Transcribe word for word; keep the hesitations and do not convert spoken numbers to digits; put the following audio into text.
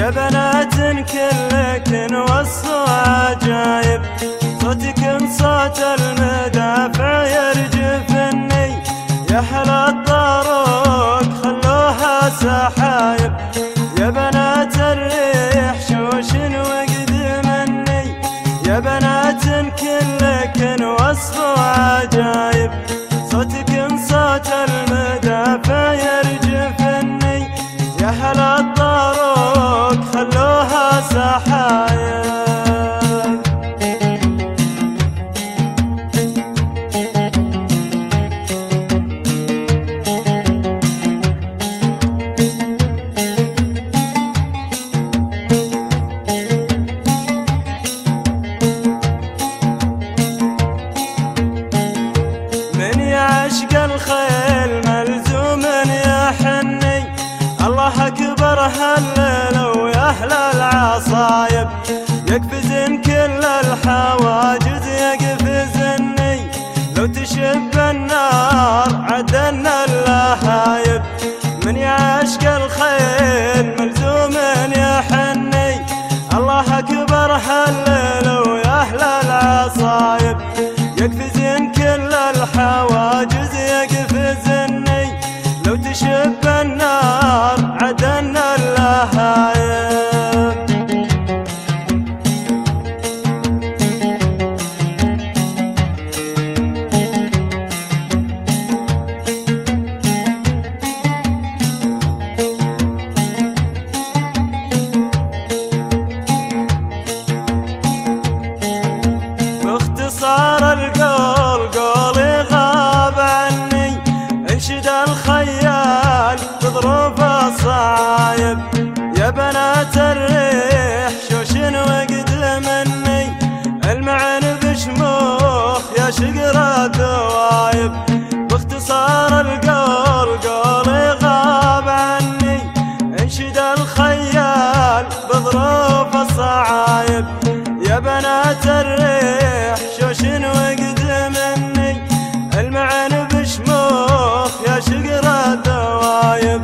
يا بنات كلكن وصوا عجايب، صوتكن صوت المدافع يرجفني، يا حلا الطاروق خلوها سحايب، يا بنات الريح شوشن وقد مني، يا بنات كلكن وصوا عجايب، صوتكن صوت المدافع يرجفني، يا حلا الطاروق خلوها سحايب. من يعشق الخيل ملزوم يحني، الله أكبر هالليل ويا العصايب، يقفزن كل الحواجز يقفزني، لو تشب النار عدنا اللهايب، من يعشق الخيل ملزوم يحني، الله أكبر هالليل ويا العصايب، يقفزن كل الحواجز يقفزني، لو تشب النار عدنا اللهايب. باختصار القول قولي غاب عني، انشد الخيال بظروف الصعايب، يا بنات الريح شوشن وقد مني، المعن بشموخ يا شقر الذوايب، باختصار القول قولي غاب عني، انشد الخيال بظروف الصعايب، يا بنات الريح شوشن وقد مني، المعن بشموخ يا شقر الذوايب،